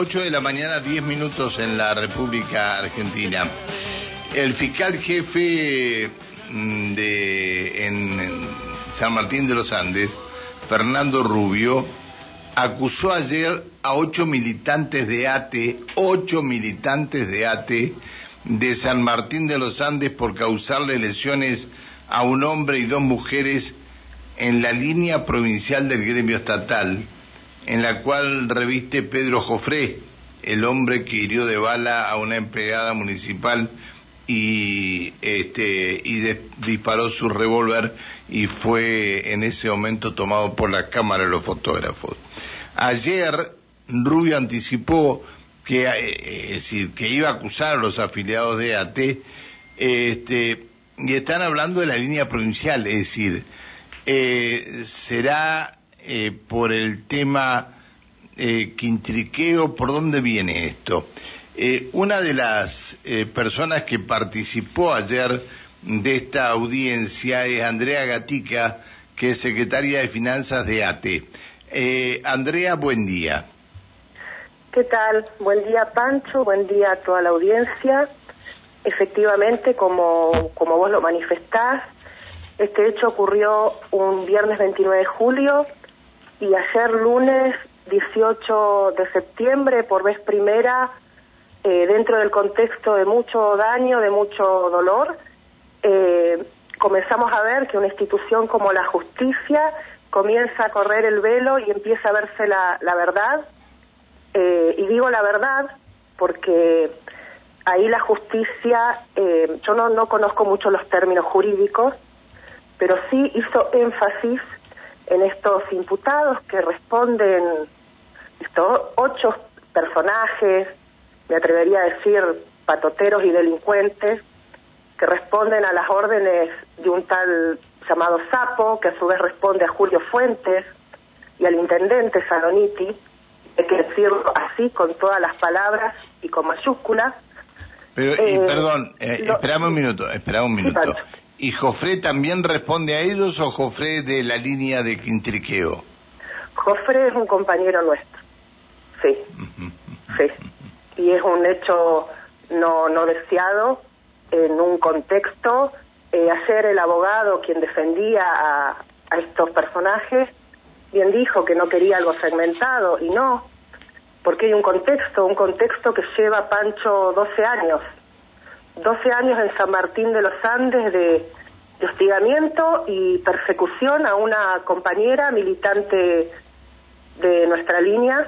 8 de la mañana, 10 minutos en la República Argentina. El fiscal jefe en San Martín de los Andes, Fernando Rubio, acusó ayer a 8 militantes de ATE de San Martín de los Andes por causarle lesiones a un hombre y 2 mujeres en la línea provincial del gremio estatal, en la cual reviste Pedro Jofré, el hombre que hirió de bala a una empleada municipal y disparó su revólver y fue en ese momento tomado por la cámara de los fotógrafos. Ayer Rubio anticipó que iba a acusar a los afiliados de ATE, y están hablando de la línea provincial, es decir, será por el tema quintriqueo. ¿Por dónde viene esto? Una de las personas que participó ayer de esta audiencia es Andrea Gatica, que es secretaria de Finanzas de ATE. Andrea, buen día. ¿Qué tal? Buen día, Pancho, buen día a toda la audiencia. Efectivamente, como vos lo manifestás, este hecho ocurrió un viernes 29 de julio y ayer lunes 18 de septiembre, por vez primera, dentro del contexto de mucho daño, de mucho dolor, comenzamos a ver que una institución como la justicia comienza a correr el velo y empieza a verse la verdad. Y digo la verdad porque ahí la justicia, yo no conozco mucho los términos jurídicos, pero sí hizo énfasis en estos imputados que responden, estos 8 personajes, me atrevería a decir patoteros y delincuentes, que responden a las órdenes de un tal llamado Sapo, que a su vez responde a Julio Fuentes y al intendente Zanoniti, hay que decirlo así, con todas las palabras y con mayúsculas. Pero, perdón, esperame un minuto. ¿Y Jofré también responde a ellos o Jofré de la línea de quintriqueo? Jofré es un compañero nuestro, sí, sí. Y es un hecho no deseado en un contexto. Ayer el abogado, quien defendía a estos personajes, bien dijo que no quería algo segmentado, y no, porque hay un contexto que lleva, Pancho, 12 años en San Martín de los Andes de hostigamiento y persecución a una compañera militante de nuestra línea,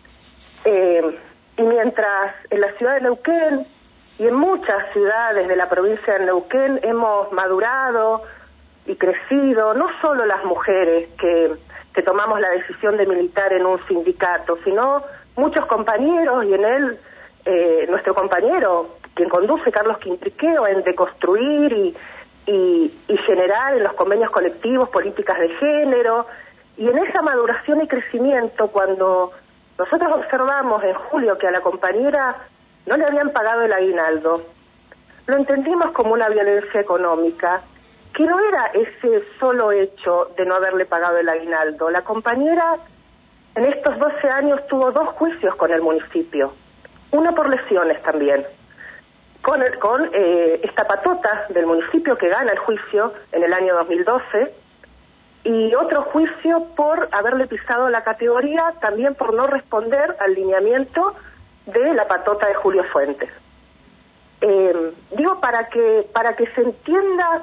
y mientras en la ciudad de Neuquén y en muchas ciudades de la provincia de Neuquén hemos madurado y crecido, no solo las mujeres que tomamos la decisión de militar en un sindicato, sino muchos compañeros, y en él nuestro compañero, quien conduce, Carlos Quintriqueo, en deconstruir y generar en los convenios colectivos políticas de género. Y en esa maduración y crecimiento, cuando nosotros observamos en julio que a la compañera no le habían pagado el aguinaldo, lo entendimos como una violencia económica, que no era ese solo hecho de no haberle pagado el aguinaldo. La compañera en estos 12 años tuvo 2 juicios con el municipio, uno por lesiones también, con esta patota del municipio que gana el juicio en el año 2012, y otro juicio por haberle pisado la categoría, también por no responder al lineamiento de la patota de Julio Fuentes. Digo para que se entienda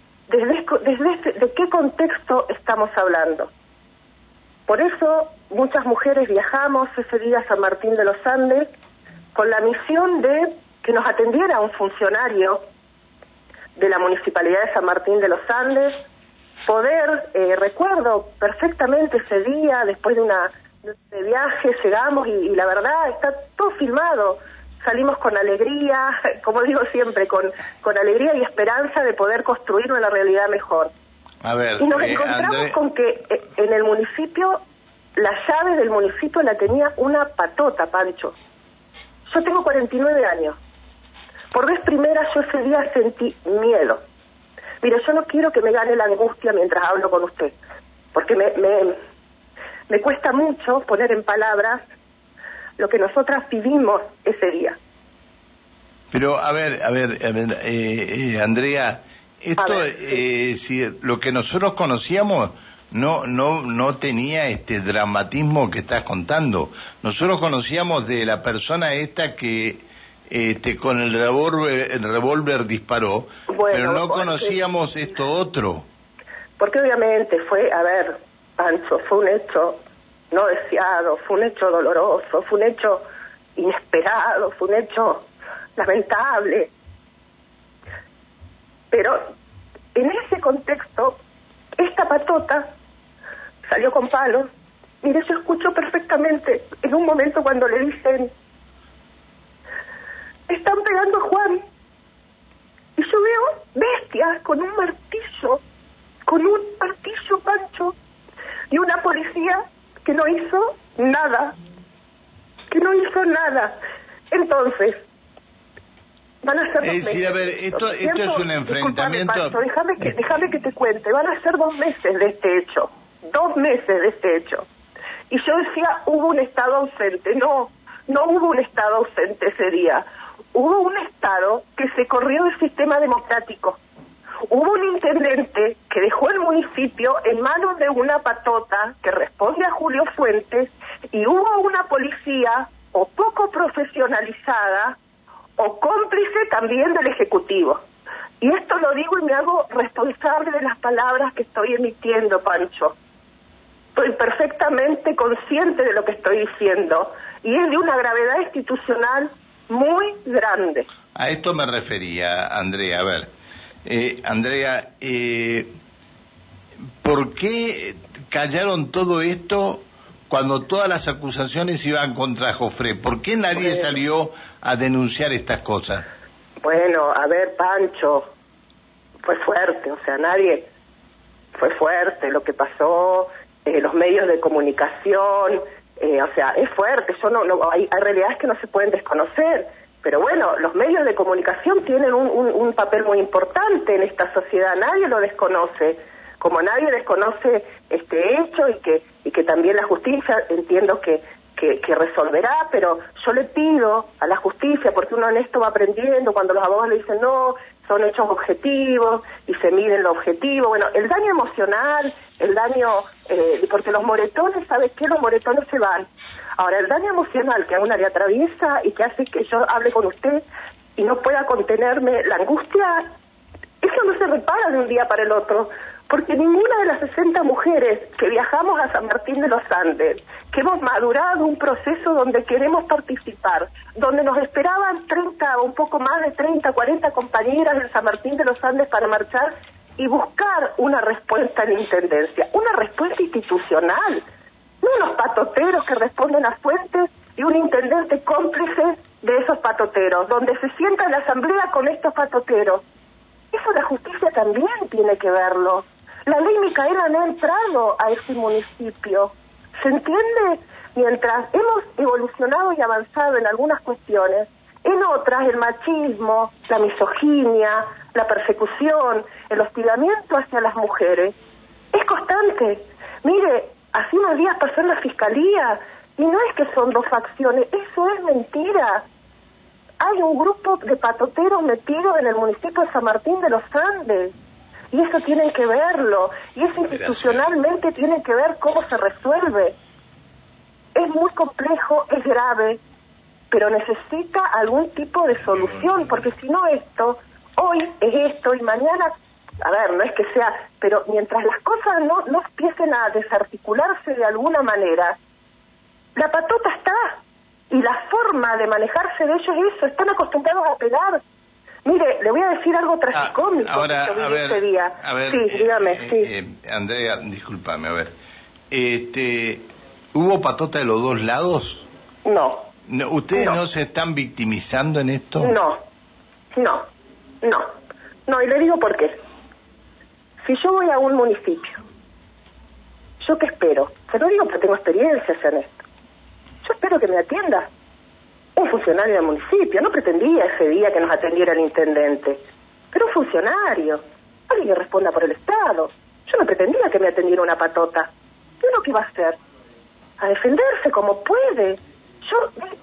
de qué contexto estamos hablando. Por eso muchas mujeres viajamos ese día a San Martín de los Andes con la misión de que nos atendiera un funcionario de la Municipalidad de San Martín de los Andes, recuerdo perfectamente ese día, después de viaje, llegamos y la verdad está todo filmado. Salimos con alegría, como digo siempre, con alegría y esperanza de poder construir una realidad mejor. A ver, y nos encontramos con que en el municipio, la llave del municipio la tenía una patota, Pancho. Yo tengo 49 años. Por vez primera yo ese día sentí miedo. Mire, yo no quiero que me gane la angustia mientras hablo con usted, porque me cuesta mucho poner en palabras lo que nosotras vivimos ese día. Pero, a ver, Andrea, esto, si lo que nosotros conocíamos no tenía este dramatismo que estás contando. Nosotros conocíamos de la persona esta que con el revólver disparó, pero no conocíamos esto otro. Porque obviamente fue, Pancho, fue un hecho no deseado, fue un hecho doloroso, fue un hecho inesperado, fue un hecho lamentable. Pero en ese contexto, esta patota salió con palos. Mire, yo escucho perfectamente en un momento cuando le dicen: están pegando a Juan. Y yo veo bestias con un martillo, Pancho, y una policía que no hizo nada. Entonces, van a ser 2 meses. Sí, a ver, esto es un enfrentamiento. Pancho, déjame que te cuente. Van a ser 2 meses de este hecho. 2 meses de este hecho. Y yo decía, hubo un Estado ausente. No hubo un Estado ausente ese día. Hubo un Estado que se corrió del sistema democrático. Hubo un intendente que dejó el municipio en manos de una patota que responde a Julio Fuentes, y hubo una policía o poco profesionalizada o cómplice también del Ejecutivo. Y esto lo digo y me hago responsable de las palabras que estoy emitiendo, Pancho. Estoy perfectamente consciente de lo que estoy diciendo, y es de una gravedad institucional muy grande. A esto me refería, Andrea. A ver, Andrea, ¿por qué callaron todo esto cuando todas las acusaciones iban contra Jofré? ¿Por qué nadie salió a denunciar estas cosas? Bueno, Pancho, fue fuerte, fue fuerte lo que pasó, los medios de comunicación, es fuerte. Hay realidades que no se pueden desconocer, pero bueno, los medios de comunicación tienen un papel muy importante en esta sociedad, nadie lo desconoce, como nadie desconoce este hecho, y que también la justicia, entiendo que resolverá, pero yo le pido a la justicia, porque uno en esto va aprendiendo, cuando los abogados le dicen no, son hechos objetivos y se miden lo objetivo. Bueno, el daño emocional, porque los moretones, ¿sabes qué? Los moretones se van. Ahora, el daño emocional que a una le atraviesa y que hace que yo hable con usted y no pueda contenerme la angustia, eso no se repara de un día para el otro, porque ninguna de las 60 mujeres que viajamos a San Martín de los Andes, que hemos madurado un proceso donde queremos participar, donde nos esperaban 30 o un poco más de 30, 40 compañeras del San Martín de los Andes para marchar y buscar una respuesta en Intendencia, una respuesta institucional, no unos patoteros que responden a Fuentes y un intendente cómplice de esos patoteros, donde se sienta en la asamblea con estos patoteros. Eso la justicia también tiene que verlo. La ley Micaela no ha entrado a ese municipio. ¿Se entiende? Mientras hemos evolucionado y avanzado en algunas cuestiones, en otras el machismo, la misoginia, la persecución, el hostigamiento hacia las mujeres es constante. Mire, hace unos días pasó en la fiscalía, y no es que son 2 facciones, eso es mentira. Hay un grupo de patoteros metidos en el municipio de San Martín de los Andes, y eso tienen que verlo, y eso institucionalmente tienen que ver cómo se resuelve. Es muy complejo, es grave, pero necesita algún tipo de solución, porque si no hoy es esto y mañana, no es que sea, pero mientras las cosas no empiecen a desarticularse de alguna manera, la patota está, y la forma de manejarse de ellos es eso, están acostumbrados a pegar. Mire, le voy a decir algo tragicómico ese día. Sí, dígame, sí. Andrea, discúlpame, ¿hubo patota de los 2 lados? No. ¿Ustedes no se están victimizando en esto? No, y le digo por qué. Si yo voy a un municipio, ¿yo qué espero? Se lo digo porque tengo experiencias en esto. Yo espero que me atienda un funcionario del municipio. No pretendía ese día que nos atendiera el intendente, pero un funcionario, alguien que responda por el Estado. Yo no pretendía que me atendiera una patota. ¿Y uno qué va a hacer? A defenderse como puede. Yo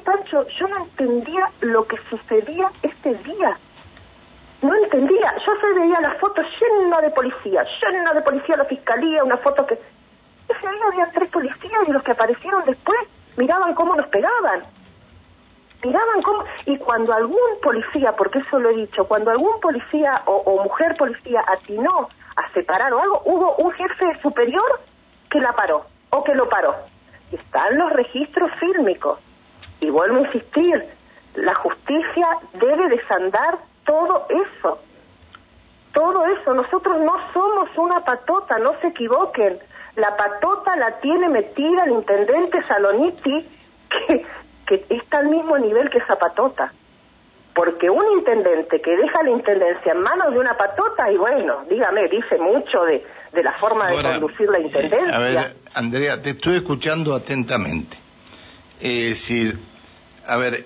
Pancho, yo no entendía lo que sucedía este día. No entendía. Yo se veía la foto llena de policía la fiscalía, una foto que... Ese día había 3 policías y los que aparecieron después miraban cómo nos pegaban. Miraban cómo... Y cuando algún policía, porque eso lo he dicho, cuando algún policía o mujer policía atinó a separar o algo, hubo un jefe superior que la paró, o que lo paró. Y están los registros fílmicos. Y vuelvo a insistir, la justicia debe desandar todo eso. Todo eso. Nosotros no somos una patota, no se equivoquen. La patota la tiene metida el intendente Saloniti, que está al mismo nivel que esa patota. Porque un intendente que deja la intendencia en manos de una patota, y bueno, dígame, dice mucho de la forma de conducir la intendencia. A ver, Andrea, te estoy escuchando atentamente. Es decir, a ver,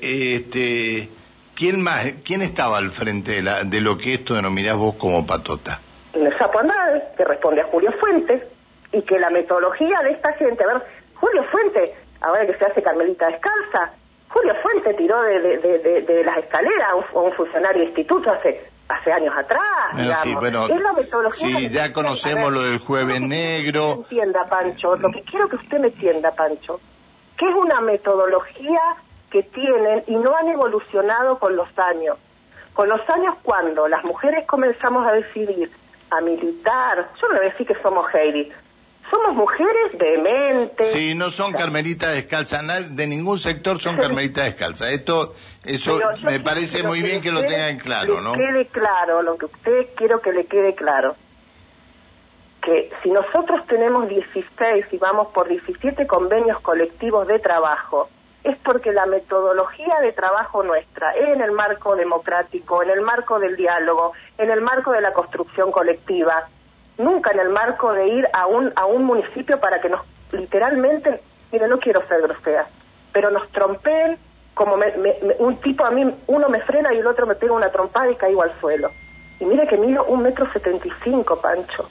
¿quién estaba al frente de lo que esto denominás vos como patota? El Sapo Andrade, que responde a Julio Fuentes, y que la metodología de esta gente, a ver, Julio Fuentes, ahora que se hace Carmelita Descalza, Julio Fuentes tiró de las escaleras a un funcionario de instituto hace años atrás, digamos. Sí, bueno, es la metodología. Sí, ya conocemos lo del Jueves Negro. Entienda, Pancho, lo que quiero que usted me entienda, Pancho, que es una metodología que tienen y no han evolucionado con los años. Con los años, cuando las mujeres comenzamos a decidir, a militar, yo no voy a decir que somos Heidi, somos mujeres vehementes. Sí, no son carmelitas descalzas, de ningún sector son carmelitas descalzas. Eso me parece muy bien que lo tengan claro, ¿no? Quede claro, lo que usted quiero que le quede claro, que si nosotros tenemos 16 y vamos por 17 convenios colectivos de trabajo, es porque la metodología de trabajo nuestra, en el marco democrático, en el marco del diálogo, en el marco de la construcción colectiva, nunca en el marco de ir a un municipio para que nos, literalmente, mire, no quiero ser grosera, pero nos trompeen, como un tipo a mí, uno me frena y el otro me pega una trompada y caigo al suelo. Y mire que mido 1,75 m, Pancho.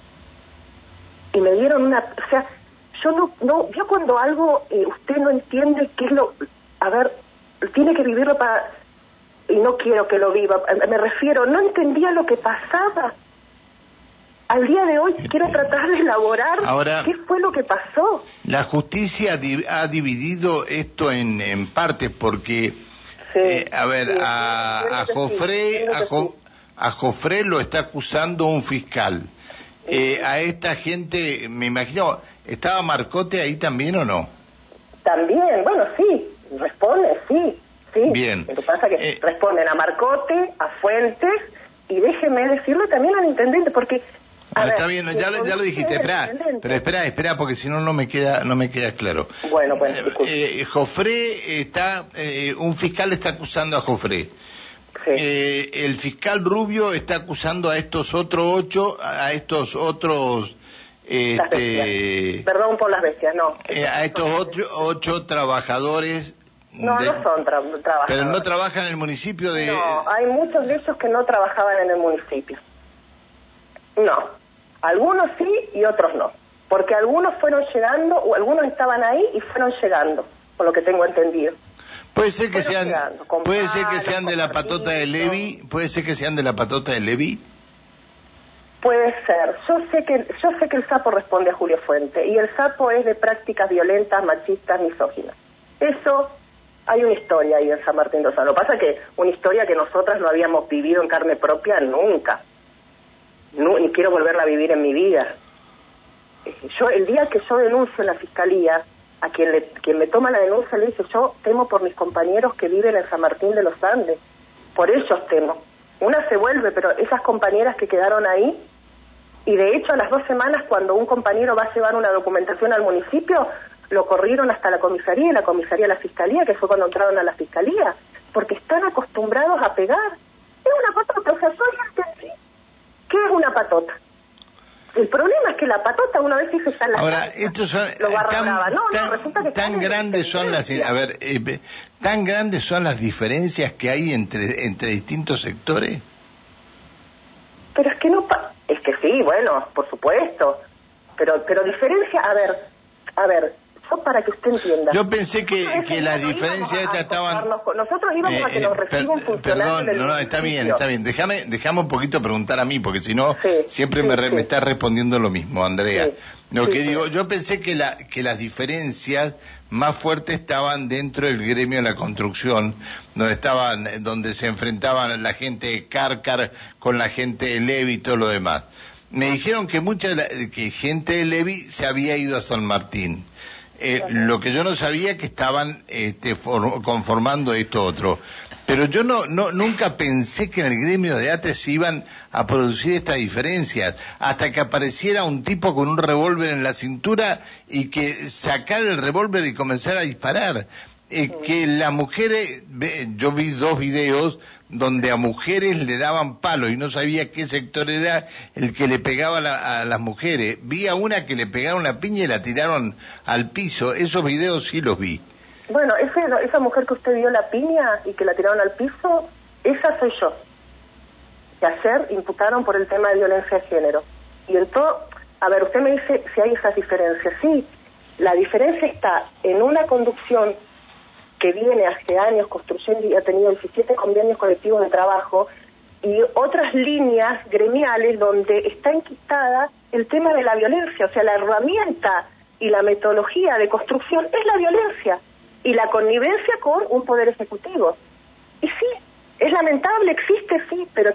Y me dieron una... O sea, yo cuando algo usted no entiende qué es lo... A ver, tiene que vivirlo para... Y no quiero que lo viva, me refiero, no entendía lo que pasaba. Al día de hoy quiero tratar de elaborar qué fue lo que pasó. La justicia ha dividido esto en partes porque, a Jofré lo está acusando un fiscal. A esta gente, me imagino, ¿estaba Marcote ahí también o no? También, bueno, sí, responde, sí. Bien. Lo que pasa es que responden a Marcote, a Fuentes, y déjeme decirle también al intendente, porque... Está bien, ya lo dijiste, espera, porque si no me queda claro. Bueno, Jofré un fiscal está acusando a Jofré. Sí. El fiscal Rubio está acusando a estos otros 8, Perdón por las bestias, no. A estos 8 trabajadores. No son trabajadores. Pero no trabajan en el municipio de... No, hay muchos de ellos que no trabajaban en el municipio. No, algunos sí y otros no, porque algunos fueron llegando, o algunos estaban ahí y fueron llegando, por lo que tengo entendido. Puede ser que sean de la patota de Levi, puede ser que sean de la patota de Levi. Puede ser. Yo sé que el Sapo responde a Julio Fuente, y el Sapo es de prácticas violentas, machistas, misóginas. Eso, hay una historia ahí en San Martín de los Andes. Lo que pasa es que una historia que nosotras no habíamos vivido en carne propia nunca. No, ni quiero volverla a vivir en mi vida. El día que yo denuncio en la fiscalía, a quien me toma la denuncia le dice, yo temo por mis compañeros que viven en San Martín de los Andes, por ellos temo. Una se vuelve, pero esas compañeras que quedaron ahí, y de hecho a las 2 semanas, cuando un compañero va a llevar una documentación al municipio, lo corrieron hasta la comisaría, y la comisaría a la fiscalía, que fue cuando entraron a la fiscalía, porque están acostumbrados a pegar. Es una patota, o sea, yo ya entendí qué es una patota. El problema es que la patota una vez que está en la ahora, estos son tan grandes son las tan grandes son las diferencias que hay entre distintos sectores. Pero es que no es que sí, bueno, por supuesto, pero diferencia, a ver, para que usted entienda. Yo pensé que las diferencias estas estaban... Nosotros íbamos a que nos reciba un funcionario del no, está bien. Déjame un poquito preguntar a mí, porque si no, siempre me estás respondiendo lo mismo, Andrea. Digo, yo pensé que las diferencias más fuertes estaban dentro del gremio de la construcción, donde se enfrentaban la gente de Cárcar con la gente de Levi y todo lo demás. Me dijeron que que gente de Levi se había ido a San Martín. Lo que yo no sabía que estaban conformando esto otro. Pero yo nunca pensé que en el gremio de ATE se iban a producir estas diferencias, hasta que apareciera un tipo con un revólver en la cintura y que sacara el revólver y comenzara a disparar. Que las mujeres, yo vi 2 videos donde a mujeres le daban palo y no sabía qué sector era el que le pegaba a las mujeres. Vi a una que le pegaron la piña y la tiraron al piso. Esos videos sí los vi. Bueno, esa mujer que usted vio la piña y que la tiraron al piso, esa soy yo. Que ayer imputaron por el tema de violencia de género. Y en todo, a ver, usted me dice si hay esas diferencias. Sí, la diferencia está en una conducción que viene hace años construyendo y ha tenido 17 convenios colectivos de trabajo y otras líneas gremiales donde está enquistada el tema de la violencia. O sea, la herramienta y la metodología de construcción es la violencia y la connivencia con un poder ejecutivo. Y sí, es lamentable, existe, sí, pero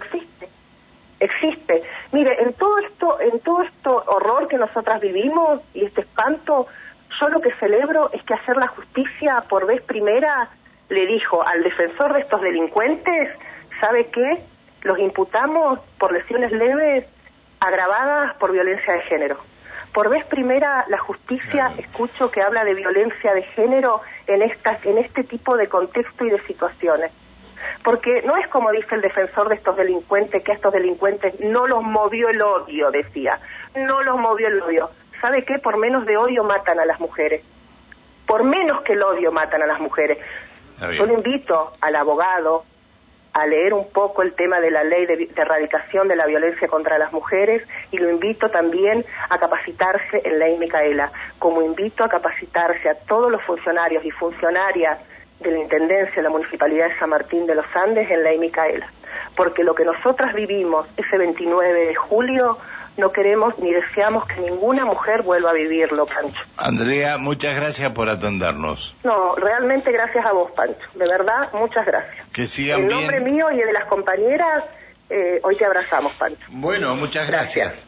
existe. Mire, en todo esto horror que nosotras vivimos y este espanto, yo lo que celebro es que hacer la justicia por vez primera le dijo al defensor de estos delincuentes, ¿sabe qué? Los imputamos por lesiones leves agravadas por violencia de género. Por vez primera la justicia escucho que habla de violencia de género en este tipo de contexto y de situaciones. Porque no es como dice el defensor de estos delincuentes, que a estos delincuentes no los movió el odio, decía. No los movió el odio. ¿Sabe qué? Por menos de odio matan a las mujeres. Por menos que el odio matan a las mujeres. Yo le invito al abogado a leer un poco el tema de la ley de erradicación de la violencia contra las mujeres y lo invito también a capacitarse en Ley Micaela, como invito a capacitarse a todos los funcionarios y funcionarias de la Intendencia de la Municipalidad de San Martín de los Andes en Ley Micaela. Porque lo que nosotras vivimos ese 29 de julio no queremos ni deseamos que ninguna mujer vuelva a vivirlo, Pancho. Andrea, muchas gracias por atendernos. No, realmente gracias a vos, Pancho. De verdad, muchas gracias. Que sigan bien. En nombre mío y de las compañeras, hoy te abrazamos, Pancho. Bueno, muchas gracias.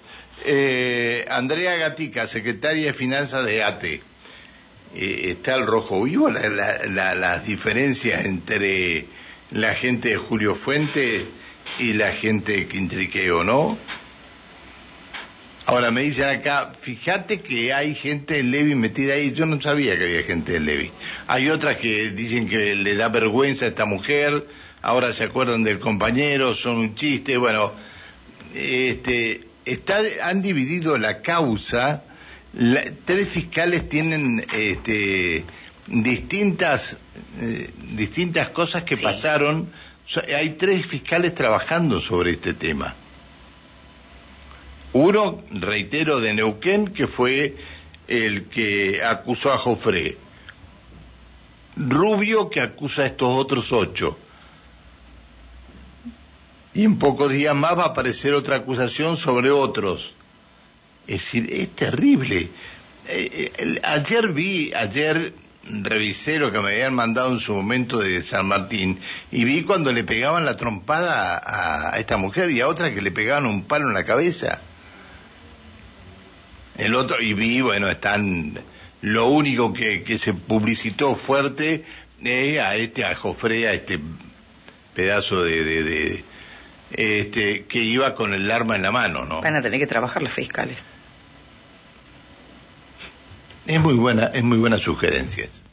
Andrea Gatica, secretaria de Finanzas de ATE. ¿Está el rojo vivo? Las diferencias entre la gente de Julio Fuente y la gente de Quintriqueo, ¿no? Ahora me dicen acá, fíjate que hay gente de Levi metida ahí. Yo no sabía que había gente de Levi. Hay otras que dicen que le da vergüenza a esta mujer, ahora se acuerdan del compañero, son un chiste. Bueno, han dividido la causa. 3 fiscales tienen distintas cosas que pasaron. Hay 3 fiscales trabajando sobre este tema. Uno, reitero, de Neuquén, que fue el que acusó a Jofré. Rubio, que acusa a estos otros 8. Y en pocos días más va a aparecer otra acusación sobre otros. Es decir, es terrible. Ayer revisé lo que me habían mandado en su momento de San Martín y vi cuando le pegaban la trompada a esta mujer y a otra que le pegaban un palo en la cabeza. El otro, y vi, bueno, lo único que se publicitó fuerte es a Jofré, a este pedazo que iba con el arma en la mano, ¿no? Van a tener que trabajar los fiscales. Es muy buena sugerencia.